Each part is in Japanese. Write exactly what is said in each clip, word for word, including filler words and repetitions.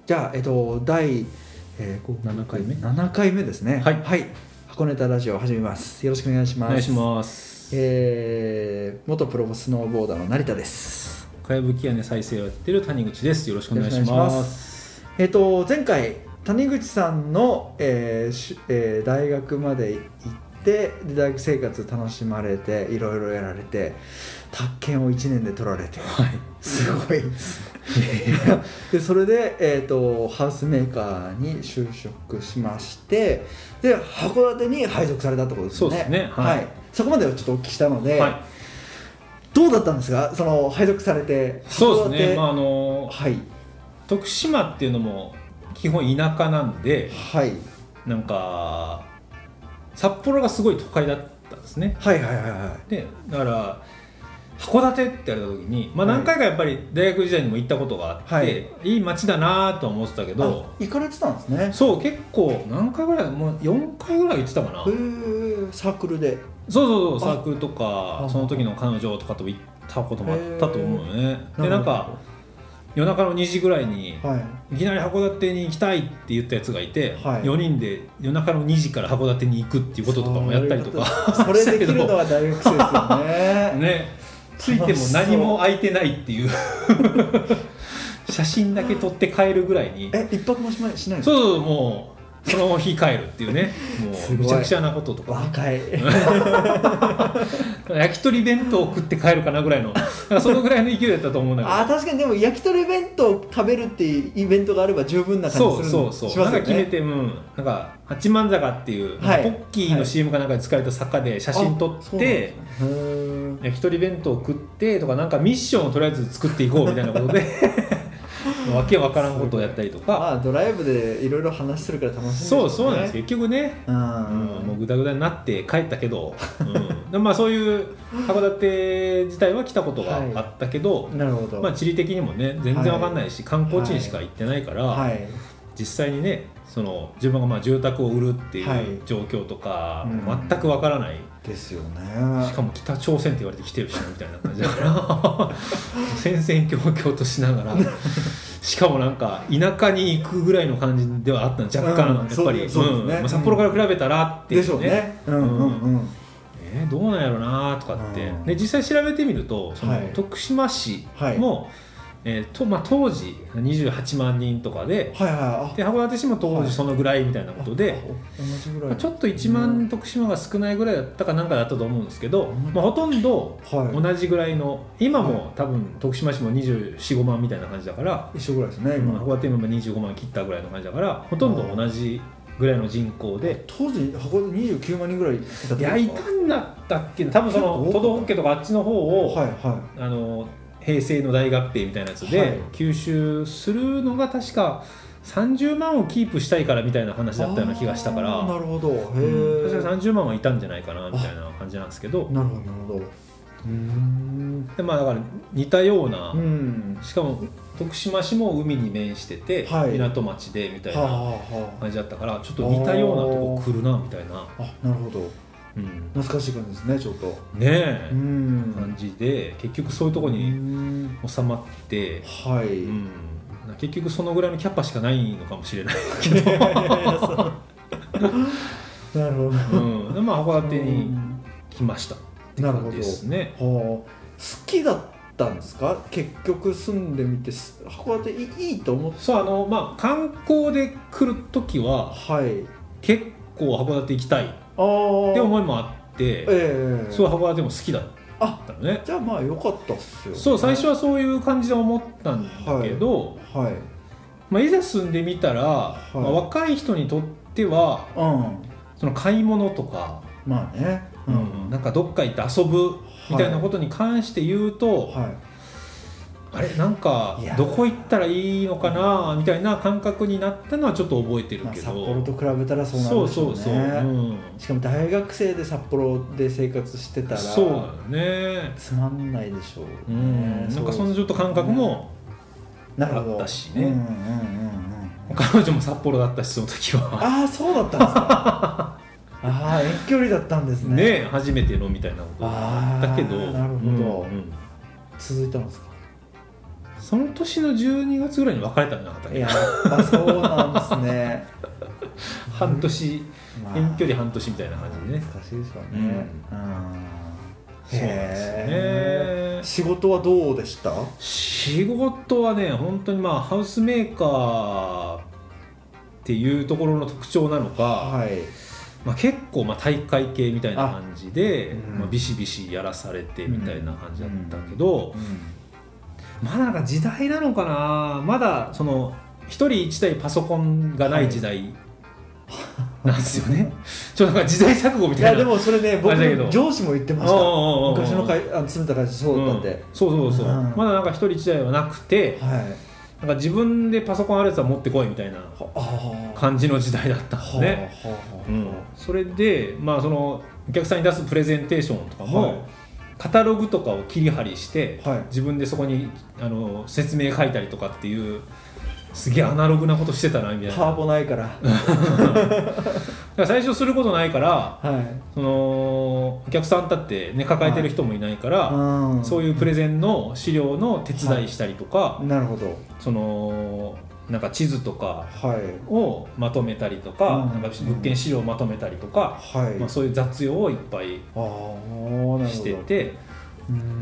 じゃあ、えっと、第、えー、 ななかいめななかいめですね。 はい、 はい、箱ネタラジオを始めます。よろしくお願いします。 お願いします。 えー、元プロスノーボーダーの成田です。 かやぶき屋根再生をやっている谷口です。よろしくお願いします。 えっと、前回谷口さんの、えーしえー、大学まで行ってで大学生活楽しまれていろいろやられて宅建をいちねんで取られて、 はい、 すごいでそれで、えーと、ハウスメーカーに就職しましてで函館に配属されたってことですよね。 そうですね、はいはい、そこまでをちょっとお聞きしたので、 はい、 どうだったんですか、その配属されて。 そうですね、まああのはい、 徳島っていうのも基本田舎なんで、 はい、 なんか札幌がすごい都会だったんですね。 はいはいはいはい。 でだから函館って言われた時に、まあ、何回かやっぱり大学時代にも行ったことがあって、はい、いい街だなと思ってたけど。 行かれてたんですね。 そう結構何回ぐらいもうよんかいぐらい行ってたかな。へー、サークルで。 そうそうそう、サークルとかその時の彼女とかと行ったこともあったと思うよね。でなんか夜中のにじぐらいに、はい、いきなり函館に行きたいって言ったやつがいて、はい、よにんで夜中のにじから函館に行くっていうこととかもやったりとか。 それできるのは大学生ですよね。 ね、ついても何も空いてないっていう写真だけ撮って帰るぐらいに。 え、一泊もしないんですか？ そうそう、もうその日帰るっていうね、もうめちゃくちゃなこととか、ね、 若い焼き鳥弁当を食って帰るかなぐらいの、なんかそのぐらいの勢いだったと思うんだけど。 あ、確かに。でも焼き鳥弁当を食べるっていうイベントがあれば十分な感じする。 そうそうそう、なんか決めて、うん、なんか八幡坂っていう、はい、ポッキーの シーエム かなんかで使われた坂で写真撮って、はい、焼き鳥弁当を食ってとか、なんかミッションをとりあえず作っていこうみたいなことでわけわからんことをやったりとか、 まあ、ドライブでいろいろ話するから楽しいんですよね。そうそうなんです。結局ね、うん、もうグダグダになって帰ったけど、うん、まあそういう函館自体は来たことがあったけど、はい、なるほど。まあ、地理的にもね全然わかんないし、はい、観光地にしか行ってないから、はい、実際にねその自分がまあ住宅を売るっていう状況とか、はい、全くわからないですよね。 しかも北朝鮮って言われて来てるしみたいな感じだから戦々恐々としながらしかもなんか田舎に行くぐらいの感じではあったの、若干、うん、やっぱり、うんね、まあ、札幌から比べたらっていうね、でしょうね、うんうんうん、えー、どうなんやろなとかって、うん、で実際調べてみるとその、はい、徳島市も、はい、えーとまあ、当時にじゅうはちまんにんとかで、はいはい、で函館市も当時そのぐらいみたいなことで、はい、同じぐらい、ちょっといちまん徳島が少ないぐらいだったかなんかだったと思うんですけど、うんまあ、ほとんど同じぐらいの、はい、今も多分徳島市もにじゅうよん、ごまんみたいな感じだから一緒ぐらいですね。今函館今にじゅうごまん切ったぐらいの感じだからほとんど同じぐらいの人口で、 当時函館にじゅうきゅうまんにんぐらいいた。 いやいたんだったっけ。多分その都道府県とかあっちの方を、はいはい、あの平成の大合併みたいなやつで、はい、吸収するのが確かさんじゅうまんをキープしたいからみたいな話だったような気がしたから。 なるほど。へー、うん、確かさんじゅうまんはいたんじゃないかなみたいな感じなんですけど。 なるほどなるほど。うーんで、まあ、だから似たような、うん、しかも徳島市も海に面してて、はい、港町でみたいな感じだったから、ちょっと似たようなとこ来るなみたいな。 あ、なるほど。うん、懐かしい感じですね、ちょっとねえ、うん、感じで結局そういうところに収まって、はい、うん、結局そのぐらいのキャパしかないのかもしれないけどなるほど、うん、でまあ函館に来ましたって感じですね。 はあ、好きだったんですか、結局住んでみて。函館いいと思って。 そう、あの、まあ、観光で来るときは、はい、結構函館行きたいって思いもあって、えー、すごい函館も好きだったのね。 じゃあまあ良かったっすよね。 そう、最初はそういう感じで思ったんだけど、はいはい、まあ、いざ住んでみたら、はい、まあ、若い人にとっては、うん、その買い物とか、 まあね、 うんうん、なんかどっか行って遊ぶみたいなことに関して言うと、はいはい、あれなんかどこ行ったらいいのかなみたいな感覚になったのはちょっと覚えてるけど、 まあ、札幌と比べたらそうなんでしょうね。そうそうそう、うん、しかも大学生で札幌で生活してたらそうだよね、 つまんないでしょうね、うん、 なんかそのちょっと感覚もあったしね、うんうんうんうん、彼女も札幌だったしその時は。 ああ、そうだったんですかああ、遠距離だったんですね。 ね、初めてのみたいなことがあったけど。 なるほど、うんうん、続いたんですか。 その年のじゅうにがつぐらいに別れたんじゃなかったっけ。 やっぱそうなんですね半年、 まあ、 遠距離半年みたいな感じでね。 難しいでしょうね、 うんうん、 そうなんですね。 仕事はどうでした？ 仕事はね、本当にまあハウスメーカーっていうところの特徴なのか、 はい、 まあ、結構まあ大会系みたいな感じで、 うんまあ、ビシビシやらされてみたいな感じだったけど、 うんうん、 まだなんか時代なのかな、まだその一人一台パソコンがない時代、はいなんですよね。ちょっとなんか時代錯誤みたいな。 いやでもそれね、僕の上司も言ってました。昔の会あの詰めた会社そうだったんで、うん、 そうそうそう、うん、まだなんか一人一台はなくて、 はい、 なんか自分でパソコンあるやつは持ってこいみたいな感じの時代だったんですね。うん、それで、まあ、そのお客さんに出すプレゼンテーションとかも、はい、カタログとかを切り貼りして、はい、自分でそこにあの説明書いたりとかっていうすげえアナログなことしてたなみたいな。 パワポないからだから最初することないから、はい、そのお客さんだって、ね、抱えてる人もいないから、はい、そういうプレゼンの資料の手伝いしたりとか、 はい、なるほど、 そのなんか地図とかをまとめたりとか、はい、なんか物件資料をまとめたりとか、はい、まあ、そういう雑用をいっぱいしてて、うんうんうん、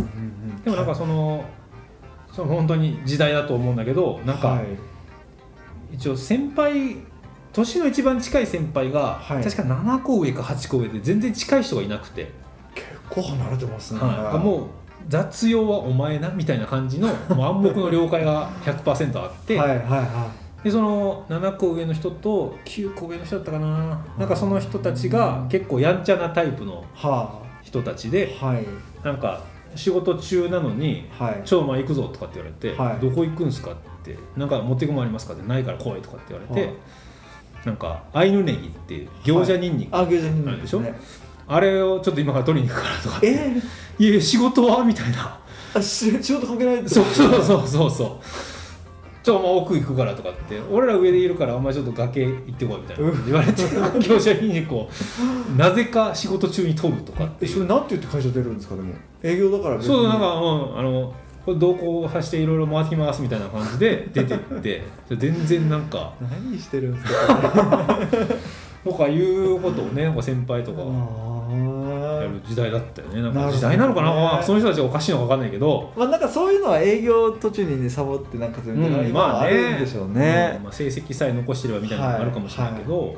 でもなんかその、その本当に時代だと思うんだけど、なんか、はい、一応先輩、年の一番近い先輩が、はい、確かななこ上かはちこ上で全然近い人がいなくて、 結構離れてますね、 はい、もう雑用はお前なみたいな感じの暗黙の了解が ひゃくパーセント あってはいはい、はい、でそのななこ上の人ときゅうこ上の人だったかな、なんかその人たちが結構やんちゃなタイプの人たちで、はい、なんか仕事中なのに、はい、ちょお前行くぞとかって言われて、はい、どこ行くんすかって、なんか持ってくもありますかってないから来いとかって言われて、はい、なんかアイヌネギっていう餃子ニンニク、 はい、あ、餃子ニンニクあるでしょ、ね、あれをちょっと今から取りに行くからとかって、えー、いやいや仕事はみたいな、 あ、仕事関係ないって、 そうそうそうそうそう、ちょお前奥行くからとかって、俺ら上でいるからお前ちょっと崖行ってこいみたいな言われて、業者にこうなぜか仕事中に取るとかって。 え、それなんて言って会社出るんですか？でも営業だから別に。 そう、なんか、うん、あのこれ同行をしていろいろ回ってきますみたいな感じで出てって全然なんか何してるんですかとかいうことをね、なんか先輩とかやる時代だったよね。なんか時代なのかな、な、ね、その人たちがおかしいのか分かんないけど、 まあ、なんかそういうのは営業途中に、ね、サボってなんかそういうのが今あるんでしょうね、 うん、まあ、成績さえ残してればみたいなのがあるかもしれないけど、はいはい、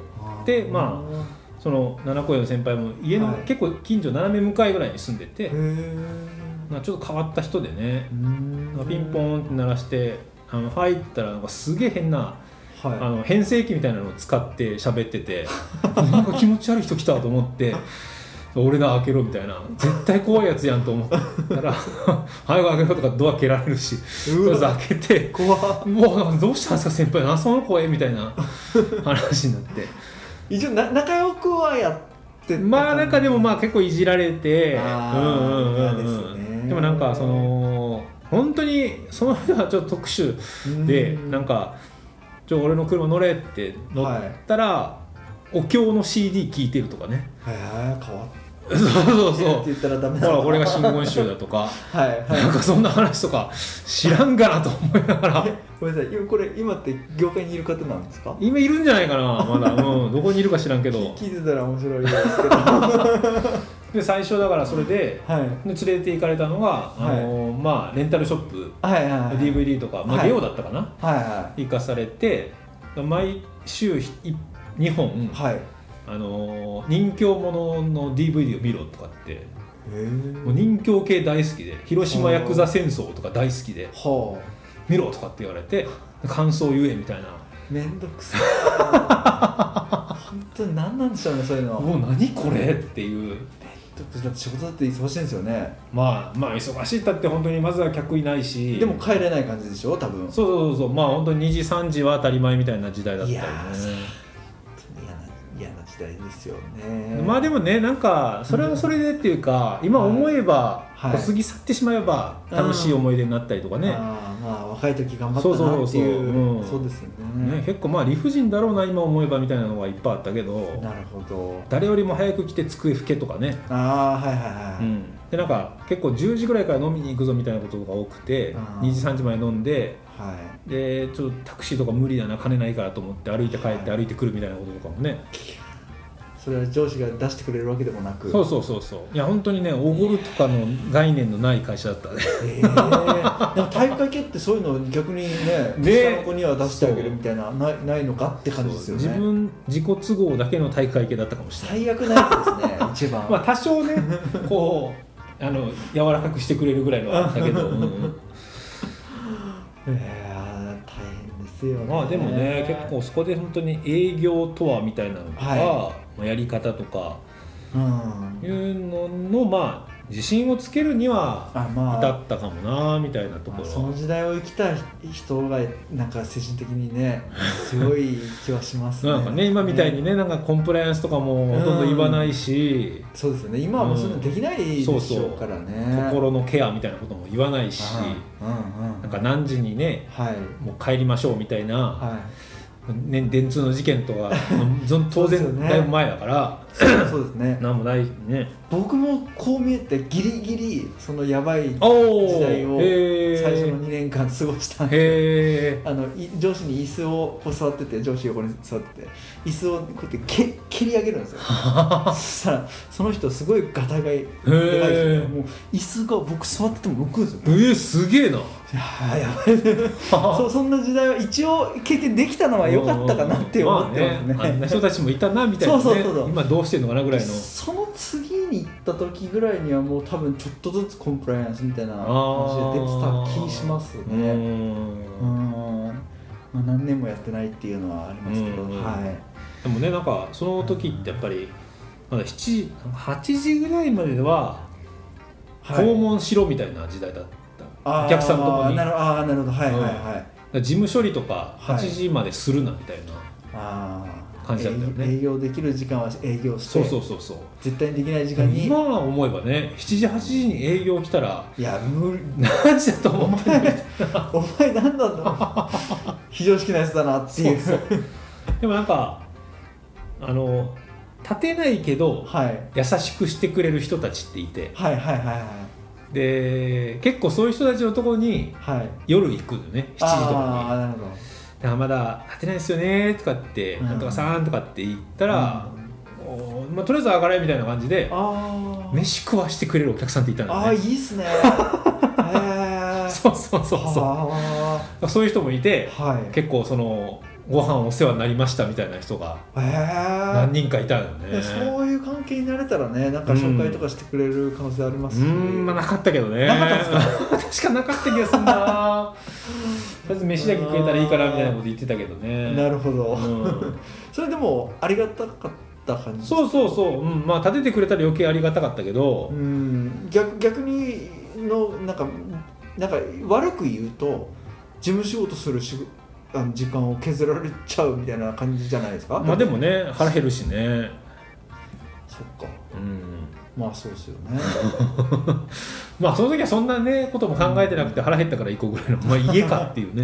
でまあそのななこ上の先輩も家の、はい、結構近所斜め向かいぐらいに住んでて、まあ、ちょっと変わった人でね、ピンポンって鳴らしてあの入ったらなんかすげえ変な、はい、あの変声機みたいなのを使って喋っててなんか気持ち悪い人来たと思って俺が開けろみたいな、絶対怖いやつやんと思ったら早く開けろとかドア蹴られるし、とりあえず開けて怖っ、もうどうしたんですか先輩、あその声みたいな話になって一応な仲良くはやってた、 まあなんかでもまあ結構いじられて、うんうんうんうん、でもなんかその本当にその人はちょっと特殊で、んなんかちょ俺の車乗れって乗ったら、はい、お経の シーディー 聴いてるとかね、 へえ、変わった、 そうそうそうって言ったらダメだ、 ほらこれが真言宗だとかはい、はい、なんかそんな話とか知らんがなと思いながらごめんなさい、これ今って業界にいる方なんですか？ 今いるんじゃないかな、まだ、うん、どこにいるか知らんけど聞いてたら面白いですけどで最初だからそれ で,、はい、で連れて行かれたのが、あのーはい、まあ、レンタルショップ、はいはいはい、ディーブイディー とか、まあ、ゲオだったかな、はいはいはい、行かされて毎週にほん、はい、あのー、人形ものの ディーブイディー を見ろとかって、もう人形系大好きで、広島ヤクザ戦争とか大好きで、はあ、見ろとかって言われて感想言えみたいな、 めんどくさい本当に何なんでしょうね、そういうのは。 もう何これっていう、 だって仕事だって忙しいんですよね。 まあまあ忙しいったって本当にまずは客いないし、 でも帰れない感じでしょ多分。 そうそうそう、まあ本当ににじさんじは当たり前みたいな時代だったよね。 嫌な時代ですよね。 まあでもね、なんかそれはそれでっていうか、うん、今思えば、はい、過ぎ去ってしまえば楽しい思い出になったりとかね、 あまあ若い時頑張ったなっていう、そうそうそう、うん、そうですよ ね, ね。 結構まあ理不尽だろうな今思えばみたいなのがいっぱいあったけど、 なるほど、 誰よりも早く来て机拭けとかね、 ああはいはいはい、うん、 でなんか結構じゅうじぐらいから飲みに行くぞみたいなことが多くてにじさんじまで飲んで、 はい、 でちょっとタクシーとか無理だな金ないからと思って歩いて帰って歩いてくるみたいなこととかもね、 それは上司が出してくれるわけでもなく、 そうそうそうそう、いや本当にねおごるとかの概念のない会社だったね。 えー、でも体育会系ってそういうの逆にね下の子には出してあげるみたいななないのかって感じですよね。 自分自己都合だけの体育会系だったかもしれない。 最悪なやつですね一番。 まあ多少ねこうあの柔らかくしてくれるぐらいのはあったけど、うんうん、 えー、大変ですよね。 まあでもね結構そこで本当に営業とはみたいなのとか、はい、やり方とかいうののまあ自信をつけるには至ったかもなみたいなところ、 まあ、その時代を生きた人がなんか精神的にね強い気はしますね。 なんかね今みたいにね、なんかコンプライアンスとかもほとんど言わないし、 うん、そうですよね。今はもうそういうのできないでしょうからね、 うん、そうそう心のケアみたいなことも言わないし、 うんうんうん、なんか何時にね、はい、もう帰りましょうみたいな、はいね、電通の事件とは当然だいぶ前だからそうですね。 なんもないね。 僕もこう見えてギリギリそのやばい時代を最初のにねんかん過ごしたんですよ。あの上司に椅子をこう座ってて、上司横に座ってて椅子をこうやってけ蹴り上げるんですよそしたらその人すごいガタがいでかい人、もう椅子が僕座ってても動くんですよ。 えー、すげえな。 いややばいそ, そんな時代は一応経験できたのは良かったかなって思ってますね。 まあね、あんな人たちもいたなみたいな、ね、そうそうそうそう、今どうしてんのかなぐらいの。 その次に行った時ぐらいにはもう多分ちょっとずつコンプライアンスみたいな感じで出てた気しますね。うん、まあ、何年もやってないっていうのはありますけど、はい、 でもねなんかその時ってやっぱりまだしち、はちじぐらいまででは訪問しろみたいな時代だった、はい、お客さんのところに。 なるあなるほど、はいはいはい、 事務処理とかはちじまでするなみたいな、 はい、あ感じだったよね。 営業できる時間は営業して、 そうそうそうそう、 絶対にできない時間に。 今思えばねしちじはちじに営業来たらいや無理何時だと思ってんのお前何なんだ非常識なやつだなっていう。 そうそうでもなんかあの立てないけど、はい、優しくしてくれる人たちっていて、 はいはいはいはい、 で結構そういう人たちのところに夜行くのね、はい、しちじとかに。 あなるほど。 だからまだ立てないですよねとかって、うん、なんとかさんとかって言ったら、うんまあ、とりあえず上がれみたいな感じで飯食わしてくれるお客さんっていたんだよね。 ああいいっすねそうそうそうそうそういう人もいて、はい、結構そのご飯お世話になりましたみたいな人が何人かいたよね。 そういう関係になれたらね、なんか紹介とかしてくれる可能性ありますし、 うん、まあ、なかったけどね。 なかったですか確かなかった気がするなとりあえず飯だけ食えたらいいかなみたいなこと言ってたけどね。 なるほど、うん、それでもありがたかった感じですか？ そうそうそう、うん、まあ立ててくれたら余計ありがたかったけど、 うん、逆, 逆にのなんかなんか悪く言うと事務仕事するしあの時間を削られちゃうみたいな感じじゃないですか？ まあでもね腹減るしね。 そっか、うん、まあそうですよねまあその時はそんなねことも考えてなくて腹減ったから行こうぐらいの、まあ家かっていうね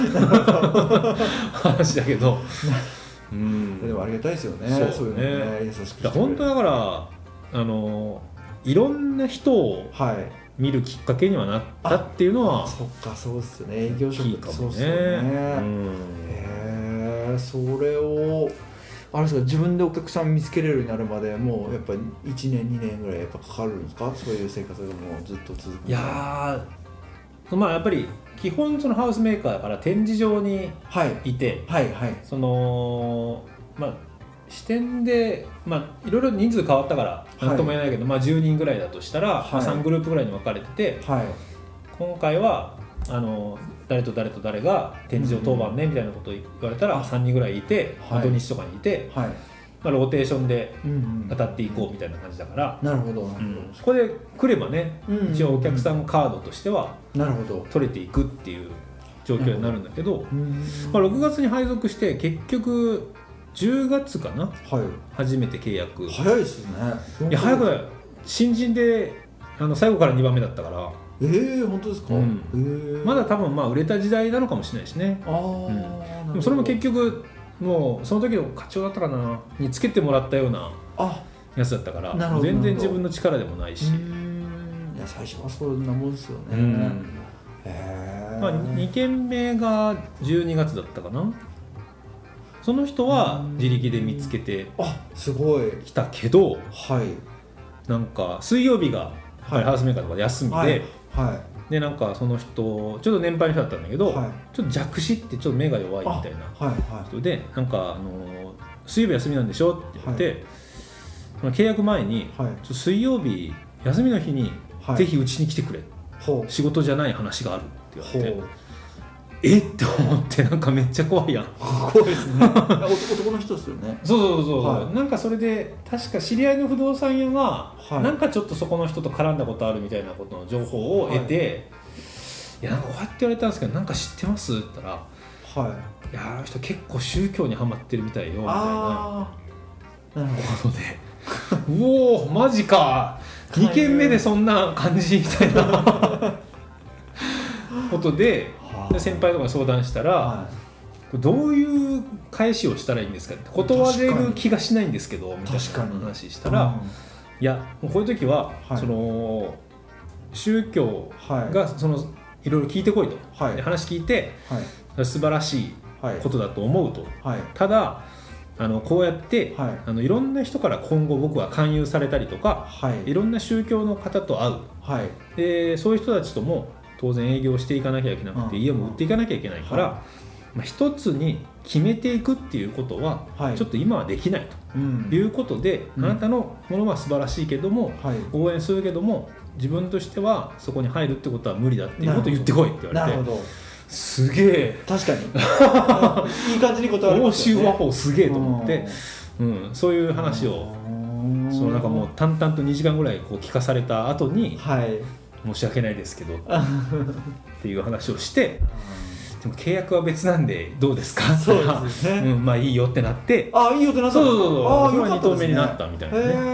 話だけど、 うん、でもありがたいですよね。そういうのね、優しくしてくれる。 本当だからあのいろんな人を、はい見るきっかけにはなったっていうのは。 そっかそうですよね。営業職ってそうですよね。うん、へえ、それをあれですか、自分でお客さん見つけれるようになるまでもうやっぱりいちねんにねんぐらいやっぱかかるんですか？そういう生活がもうずっと続く。 いやーまあやっぱり基本そのハウスメーカーだから展示場にいて、はいはいはい、そのまあ視点で、まあ、いろいろ人数変わったから何とも言えないけど、はいまあ、じゅうにんぐらいだとしたら、はいまあ、さんグループぐらいに分かれてて、はい、今回はあの誰と誰と誰が展示場当番ねみたいなことを言われたらさんにんぐらいいて、はい、土日とかにいて、はいまあ、ローテーションで当たっていこうみたいな感じだから、 うんうん、なるほど、うん、 そこで来ればね、うんうんうん、一応お客さんカードとしては取れていくっていう状況になるんだけど、まあ、ろくがつに配属して結局じゅうがつかな、はい、初めて契約。 早いですね。 いや早くない、新人であの最後からにばんめだったから。 えー、本当ですか、うんえー、まだ多分まあ売れた時代なのかもしれないしね。あ、うん、でもそれも結局もうその時の課長だったかなにつけてもらったようなやつだったから全然自分の力でもないし。 最初はそんなもんですよね、うん、へまあ、にけんめがじゅうにがつだったかな。その人は自力で見つけてきたけど、はい、なんか水曜日がハウスメーカーとかで休みで、はいはい、でなんかその人ちょっと年配の人だったんだけど、はい、ちょっと弱視ってちょっと目が弱いみたいな人で、はいはい、なんかあの水曜日休みなんでしょって言って、はい、その契約前に、はい、ちょっと水曜日休みの日にぜひうちに来てくれ、はい、仕事じゃない話があるって言われて、えって思って、なんかめっちゃ怖いやん。 怖いですね。男の人ですよね。 そうそうそう、はい、なんかそれで確か知り合いの不動産屋が、はい、なんかちょっとそこの人と絡んだことあるみたいなことの情報を得て、はい、いやなんかこうやって言われたんですけど、なんか知ってますって言ったら、はい、いやあの人結構宗教にハマってるみたいよみたいなことでうおーマジかにけんめでそんな感じみたいなことで、で先輩とかに相談したら、はい、どういう返しをしたらいいんですかって、断れる気がしないんですけどみたいな話したら、うん、いやもうこういう時は、はい、その宗教がそのいろいろ聞いてこいと、はい、話聞いて、はい、素晴らしいことだと思うと、はい、ただあのこうやって、はい、あのいろんな人から今後僕は勧誘されたりとか、はい、いろんな宗教の方と会う、はい、でそういう人たちとも当然営業していかなきゃいけなくて、うん、家も売っていかなきゃいけないから、はい、まあ、一つに決めていくっていうことは、はい、ちょっと今はできないということで、うん、あなたのものは素晴らしいけども、はい、応援するけども自分としてはそこに入るってことは無理だっていうことを言ってこいって言われて、なるほど、すげえ確かにいい感じに断られますよね。 欧州和法すげえと思って、うん、そういう話をそのなんかもう淡々とにじかんぐらいこう聞かされた後に、はい、申し訳ないですけどっていう話をして、でも契約は別なんでどうですかって言ったら、そうですね、うん、まあいいよってなって、 ああいいよってなったんですか。 そうそうそう、あそれはにとうめになったみたいなね。へえ、うん、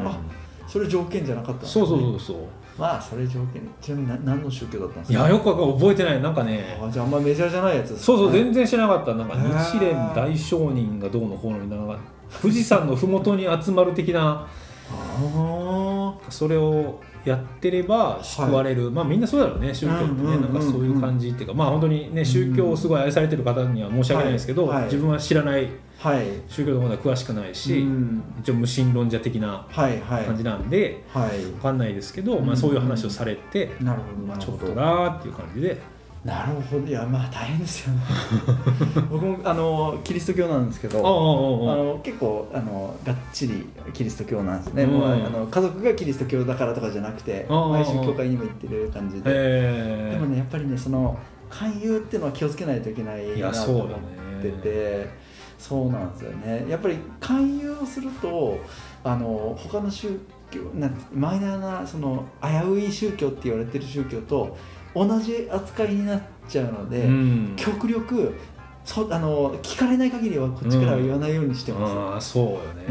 あそれ条件じゃなかったんですね。そうそうそうそう、 まあそれ条件。ちなみに何の宗教だったんですか。 いやよく覚えてない。なんかね、 あじゃああんまメジャーじゃないやつですね。 そうそう全然知らなかった。なんか日蓮大聖人がどうのこうのみたいな、富士山のふもとに集まる的なあそれをやってれば救われる、はい、まあみんなそうだろうね、宗教ってね、うんうんうんうん、なんかそういう感じっていうか、まあ本当にね宗教をすごい愛されてる方には申し訳ないですけど、はいはい、自分は知らない、はい、宗教のことは詳しくないし、うん、一応無神論者的な感じなんで、はいはい、分かんないですけど、まあ、そういう話をされて、うん、なるほどなるほど、ちょっとなーっていう感じで。 なるほど、いやまあ大変ですよね僕もあのキリスト教なんですけど、あの結構あのがっちりキリスト教なんですね。もうあの家族がキリスト教だからとかじじゃなくて、毎週教会にも行ってる感じで、でもねやっぱりねその勧誘っていうのは気をつけないといけないなと思ってて、そうなんですよね。やっぱり勧誘をするとあの他の宗教なマイナーなその危うい宗教って言われてる宗教と同じ扱いになっちゃうので、うん、極力そあの聞かれない限りはこっちからは言わないようにしてます、うん、 あそうよね、うん、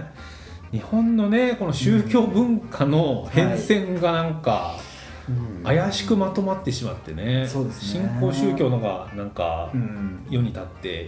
日本のねこの宗教文化の変遷がなんか、うん、怪しくまとまってしまってね、そうですね、新興宗教のがなんか世に立って、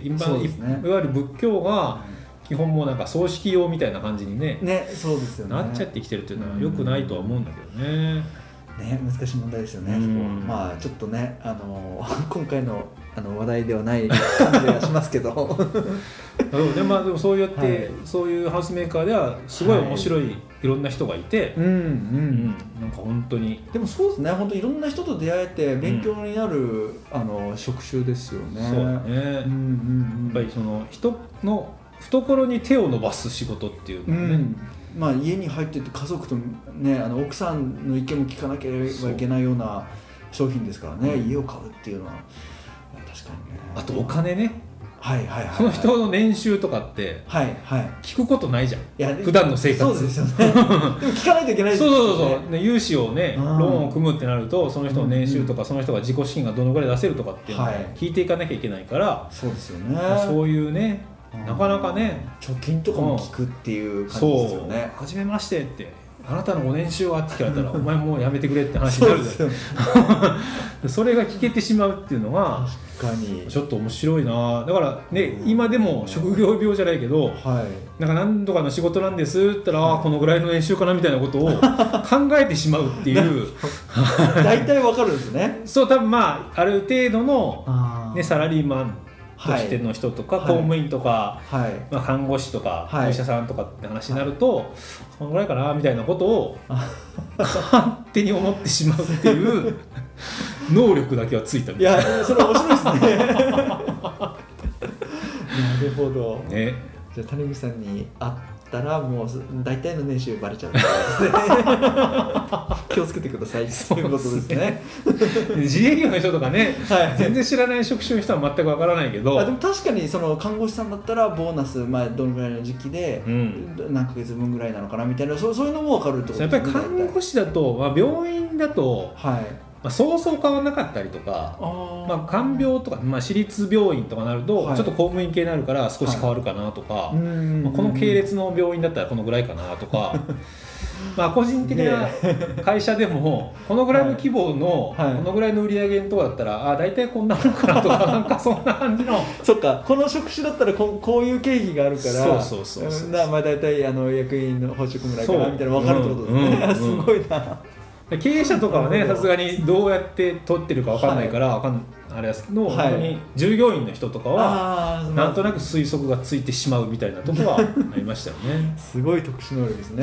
今、ね、いわゆる仏教が基本もなんか葬式用みたいな感じに ね, ね, そうですよねなっちゃってきてるっていうのは良くないとは思うんだけどね。 ね、難しい問題ですよね、そこは。まあちょっとね、あの今回のあの話題ではない感じがしますけどで、まあ、でもそうやって、はい、そういうハウスメーカーではすごい面白い、はい、いろんな人がいて、うんうんうん、なんか本当にでもそうですね、本当いろんな人と出会えて勉強になる、うん、あの職種ですよね。 そうだね、うんうんうん、やっぱりその人の懐に手を伸ばす仕事っていうのはね、うんまあ、家に入ってて家族と、ね、あの奥さんの意見も聞かなければいけないような商品ですからね、うん、家を買うっていうのは確かにね。 あとお金ね、 はいはいはいはい、 その人の年収とかって聞くことないじゃん、はいはい、普段の生活。 そうですよねでも聞かないといけないですよね。 そうそうそう、ね、融資をねローンを組むってなるとその人の年収とか、うん、その人が自己資金がどのぐらい出せるとかっていうのを聞いていかなきゃいけないから、はい、 そうですよね。 そういうねなかなかね貯金とかも聞くっていう感じですよね。 そう初めましてってあなたのご年収はって聞かれたらお前もうやめてくれって話になるじゃないですかそれが聞けてしまうっていうのが確かにちょっと面白いな。だからね、今でも職業病じゃないけど、 はい、 なんか何とかの仕事なんですって言ったら、はい、このぐらいの年収かなみたいなことを考えてしまうっていう大体わかるんですねそう、多分まあある程度の、ね、サラリーマンとしての人とか、はい、公務員とか、はい、まあ、看護師とか、はい、お医者さんとかって話になると、はい、このぐらいかなみたいなことを勝手に思ってしまうっていう能力だけはついたみたいな。 いやそれ面白いですねなるほど、 ね、 じゃあ谷口さんに会ったらもう大体の年収バレちゃうんですね気をつけてくださいということですね自営業の人とかね、はい、全然知らない職種の人は全くわからないけど、 あでも確かにその看護師さんだったらボーナス、まあ、どのぐらいの時期で、うん、何ヶ月分ぐらいなのかなみたいな、そう、そういうのも分かるってことですね。 やっぱり看護師だと、まあ、病院だと、はい、まあ、そうそう変わらなかったりとか、あ、まあ、看病とか、まあ、私立病院とかなると、はい、ちょっと公務員系になるから少し変わるかなとか、はい、まあ、この系列の病院だったらこのぐらいかなとかまあ個人的な会社でもこのぐらいの規模の、はいはい、このぐらいの売り上げとかだったらあ大体こんなのかなとかなんかそんな感じのそっか、この職種だったら こ, こういう経費があるからそうそうそうそう、 まあ大体あの役員の報酬ぐらいかなみたいな分かるってことですね、うんうんうん、すごいな。 経営者とかはね、さすがにどうやって取ってるか分かんないから、はい、わかんあれですけど、はい、本当に従業員の人とかはなんとなく推測がついてしまうみたいなところはありましたよねすごい特殊能力ですね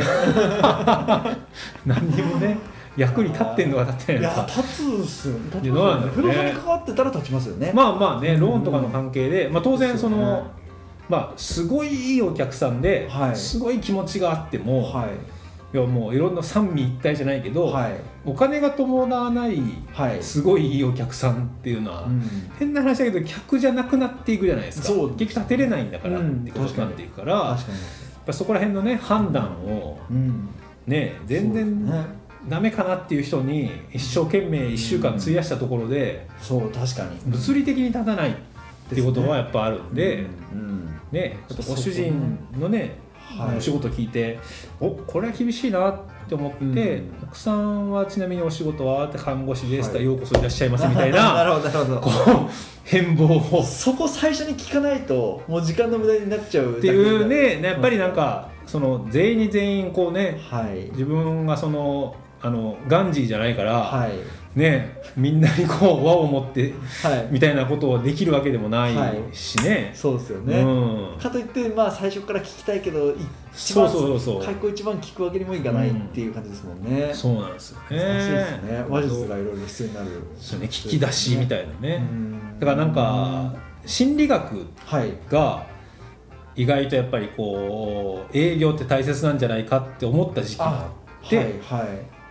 何にもね役に立ってんのか立ってないのか。 いや立つっすよね。立つっすよね。 不動産に関わってたら立ちますよね。 まあまあね、ローンとかの関係で、まあ、当然その、ね、まあすごいいいお客さんで、はい、すごい気持ちがあっても、はい、いやもういろんな三位一体じゃないけど、はい、お金が伴わないすごいいいお客さんっていうのは、はい、変な話だけど客じゃなくなっていくじゃないですか。そう結局立てれないんだからってことになっていくから、うん、確かにやっぱそこら辺のね判断を、うん、ね全然ダメかなっていう人に一生懸命いっしゅうかん費やしたところで、 うん、そう確かに物理的に立たないっていうことはやっぱあるんで、うんうんね、ちょっとご主人のねはい、お仕事聞いておこれは厳しいなって思って、うん、奥さんはちなみにお仕事はって看護師です、はい、ようこそいらっしゃいますみたいななるほどなるほどこう変貌をそこ最初に聞かないともう時間の無駄になっちゃうっていうね。やっぱりなんかその全員に全員こうね、はい、自分がそのあのガンジーじゃないから、はいね、みんなにこう輪を持って、はい、みたいなことをできるわけでもないしね、はい、 そうですよね、うん、かといって、まあ、最初から聞きたいけど一番開口一番聞くわけにもいかないっていう感じですもんね、うん、 そうなんですよね。 難しいですね。話術がいろいろ必要になるそう、ね、聞き出しみたいなね、うん、だからなんか心理学が意外とやっぱりこう営業って大切なんじゃないかって思った時期があって、はいはい、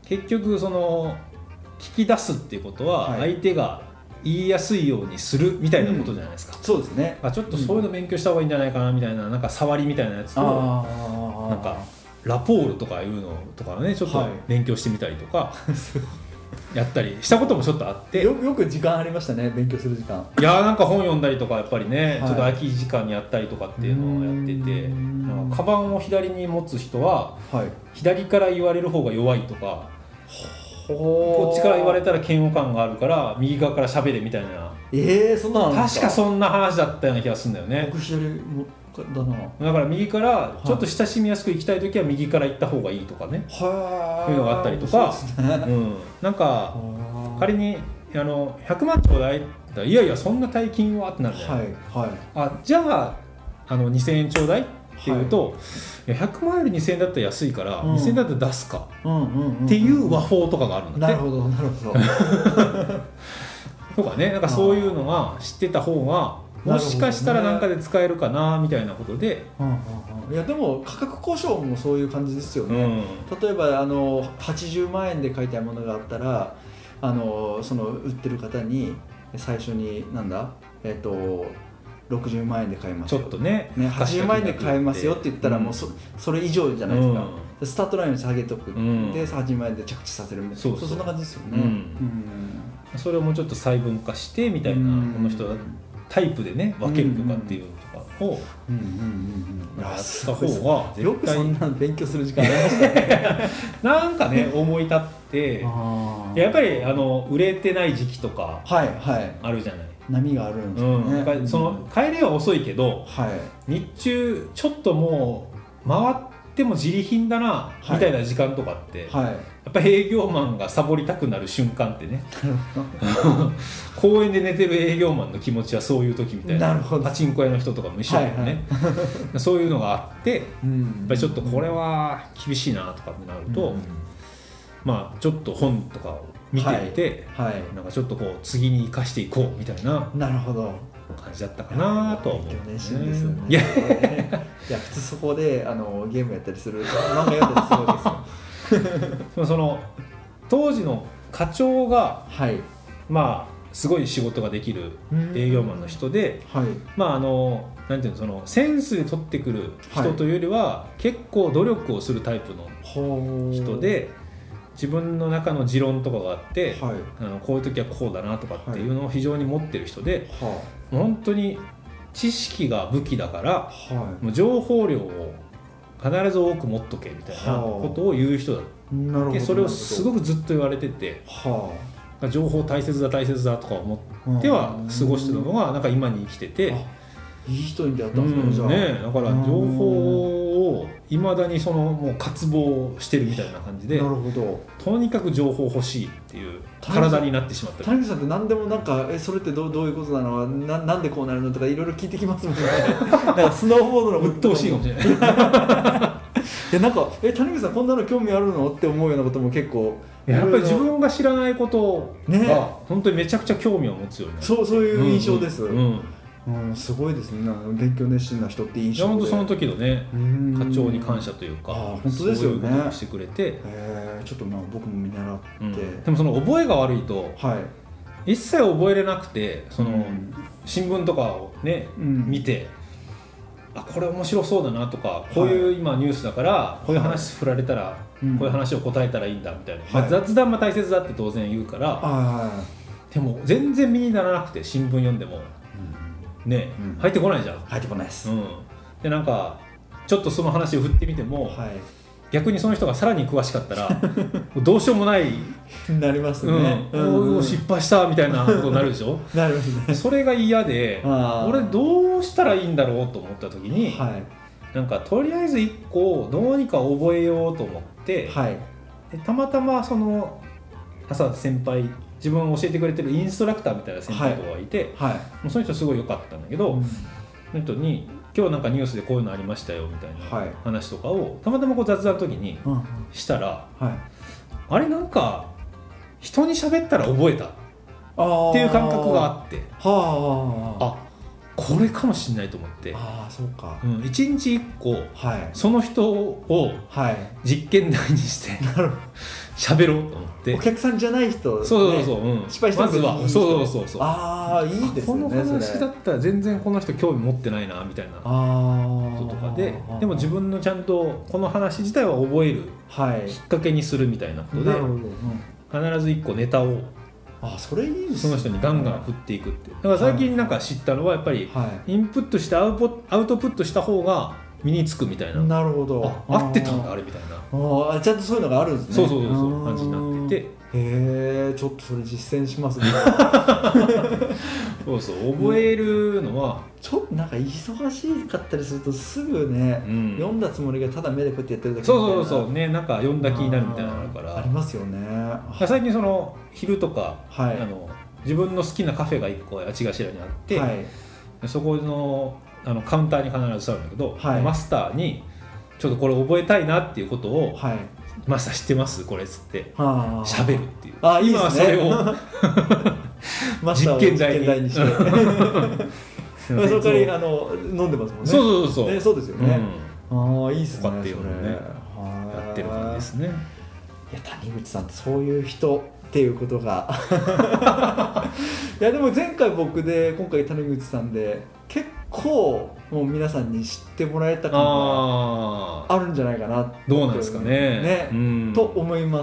結局その聞き出すっていうことは相手が言いやすいようにするみたいなことじゃないですか、 うん、そうですね。 ちょっとそういうの勉強した方がいいんじゃないかなみたいな、なんか触りみたいなやつとなんかラポールとかいうのとかねちょっと勉強してみたりとか、はい、やったりしたこともちょっとあってよ, よく時間ありましたね、勉強する時間。 いやなんか本読んだりとかやっぱりね、はい、ちょっと空き時間にやったりとかっていうのをやってて、なんかカバンを左に持つ人は、はい、左から言われる方が弱いとか、こっちから言われたら嫌悪感があるから右側から喋れみたいな。 えー、そんなの確かそんな話だったような気がするんだよね。 僕左だな。 だから右からちょっと親しみやすく行きたいときは右から行った方がいいとかね、はい、いうのがあったりとか、ね、うん、なんか仮にあのひゃくまんちょうだいっていやいやそんな大金はってなるじゃない、はいはい、あじゃあ、 あのにせんえんちょうだいっていうと、はい、いやひゃくまんよりにせんえんだったら安いから、うん、にせんえんだったら出すか、うんうんうんうん、っていう和法とかがあるんだって。 なるほどなるほどとかね、なんかそういうのが知ってた方がもしかしたら何かで使えるかなみたいなことで、うんうんうん、いやでも価格交渉もそういう感じですよね、うん、例えばあのはちじゅうまんえんで買いたいものがあったらあのその売ってる方に最初になんだえっ、ー、とろくじゅうまんえんで買いますよちょっとねねはちじゅうまんえんで買いますよって言ったらもう そ,、うん、それ以上じゃないですか、うん、スタートラインを下げとく、うん、ではちじゅうまんえんで着地させるみたいな、そうそうそんな感じですよね、うんうん、それをもうちょっと細分化してみたいな、うん、この人タイプでね分けるとかっていうのとかをやった方が絶対よくそんな勉強する時間ありましたねなんかね思い立ってやっぱりあの売れてない時期とかあるじゃない、はいはい、 波があるんですよね、 うん、その帰りは遅いけど、 はい、 日中ちょっともう回っても自利品だなみたいな時間とかって、はいはい、やっぱ営業マンがサボりたくなる瞬間ってね公園で寝てる営業マンの気持ちはそういう時みたい な, なパチンコ屋の人とかも一緒だよね、はいはい、そういうのがあって、うん、やっぱりちょっとこれは厳しいなとかってなると、うん、まあちょっと本とかを見てみて、はいはい、なんかちょっとこう次に生かしていこうみたいななるほど感じだったかなとは思う、ね、 勉強熱心ですよねいやいや普通そこであのゲームやったりする漫画読んだりするわけですよでもその当時の課長が、はい、まあすごい仕事ができる営業マンの人で、はい、まああのなんていうのそのセンスで取ってくる人というよりは、はい、結構努力をするタイプの人で自分の中の持論とかがあって、はい、あのこういう時はこうだなとかっていうのを非常に持ってる人で、はい、もう本当に知識が武器だから、はい、もう情報量を必ず多く持っとけみたいなことを言う人だ、はあ、でそれをすごくずっと言われてて、はあ、情報大切だ大切だとか思っては過ごしてたのがなんか今に生きてて、 いい人に出会ったんですね、うん、じゃあね、だから情報をいまだにそのもう渇望してるみたいな感じで、 なるほど、 とにかく情報欲しいっていう体になってしまった。 谷口さんって何でもなんかえそれってどう、どういうことなの な, なんでこうなるのとかいろいろ聞いてきますもんねなんかスノーボードの鬱陶しいかもしれないいやなんかえ谷口さんこんなの興味あるのって思うようなことも結構やっぱり自分が知らないことが、ね、本当にめちゃくちゃ興味を持つよね。 そう、そういう印象です、うんうんうん、すごいですね。勉強熱心な人って印象で。 本当その時のね課長に感謝というか、 あ本当ですよね、 そういうことをしてくれて、 えー、ちょっとまあ僕も見習って、うん、 でもその覚えが悪いと、はい、一切覚えれなくてその、うん、新聞とかをね、うん、見てあこれ面白そうだなとかこういう今ニュースだからこういう話振られたら、はい、こういう話を答えたらいいんだみたいな、はいまあ、雑談も大切だって当然言うから、はい、でも全然身にならなくて新聞読んでもね、うん、入ってこないじゃん。 入ってこないです、 うん、でなんかちょっとその話を振ってみても、はい、逆にその人がさらに詳しかったらどうしようもないなりますね、 うんうん、失敗したみたいなことになるでしょなりますね。 それが嫌で俺どうしたらいいんだろうと思った時に、はい、なんかとりあえずいっこどうにか覚えようと思って、はい、でたまたまその朝先輩自分を教えてくれてるインストラクターみたいな先輩とかがいて、はいはい、もうその人すごい良かったんだけど、うん、その人に今日なんかニュースでこういうのありましたよみたいな話とかをたまたまこう雑談の時にしたら、うんはい、あれなんか人に喋ったら覚えたっていう感覚があって、はあ、あこれかもしれないと思って、 あそうか、 うん、いちにちいっこ、はい、その人を実験台にして、はい、喋ろうと思ってお客さんじゃない人、ね、 そうそうそう、うん、 失敗したまずはそうそうそうああいいですね。 この話だったら全然この人興味持ってないなみたいなこととかで、でも自分のちゃんとこの話自体は覚えるきっかけにするみたいなことで、はいうん、必ずいっこネタをあそれいいですね、 その人にガンガン振っていくって。だから最近なんか知ったのはやっぱりインプットしてアウポアウトプットした方が身につくみたいな。 なるほど。 あ合ってたんだあれみたいな。 あちゃんとそういうのがあるんですね。 そうそうそうそう感じになってて。 へえちょっとそれ実践しますねそうそう覚えるのは、 うん、ちょっとなんか忙しかったりするとすぐね、うん、読んだつもりがただ目でこうやってやってるだけみたいな。 そうそうそうねなんか読んだ気になるみたいなのあるから。 ありますよね。 最近その昼とか、はい、あの自分の好きなカフェがいっこあちがしらにあって、はい、そこ の, あのカウンターに必ず座るんだけど、はい、マスターにちょっとこれ覚えたいなっていうことを、はい、マスター知ってますこれっつって喋るっていう。 あいいですね。今はそれを実験台にしてそこにあの飲んでますもんね。 そうそうそうそう、 ね、そうですよね、うん、ああいいですね。 っていうのをねやってる感じですね。 いや谷口さんってそういう人っていうことがいやでも前回僕で今回谷口さんで結構もう皆さんに知ってもらえた感があるんじゃないかなって。 どうなんですかね、 ね、うん、と思います。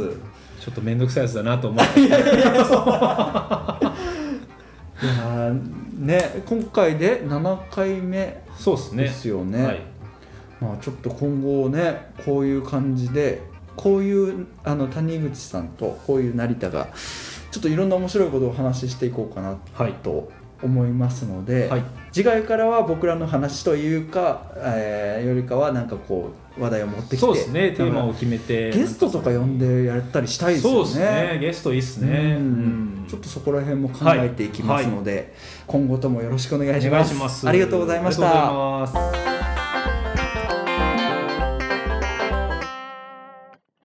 ちょっと面倒くさいやつだなと思っていやいやいやいやね今回でななかいめそうですねですよね。 はい、 まあ、ちょっと今後ねこういう感じでこういうあの谷口さんとこういう成田がちょっといろんな面白いことをお話ししていこうかなと思いますので、はい、次回からは僕らの話というか、えー、よりかはなんかこう話題を持ってきて、 そうですね、テーマを決めてゲストとか呼んでやったりしたいですよね。 そうですね、ゲストいいっすね、うん、 ちょっとそこら辺も考えていきますので、はいはい、今後ともよろしくお願いします。 お願いします。 ありがとうございました。 ありがとうございます。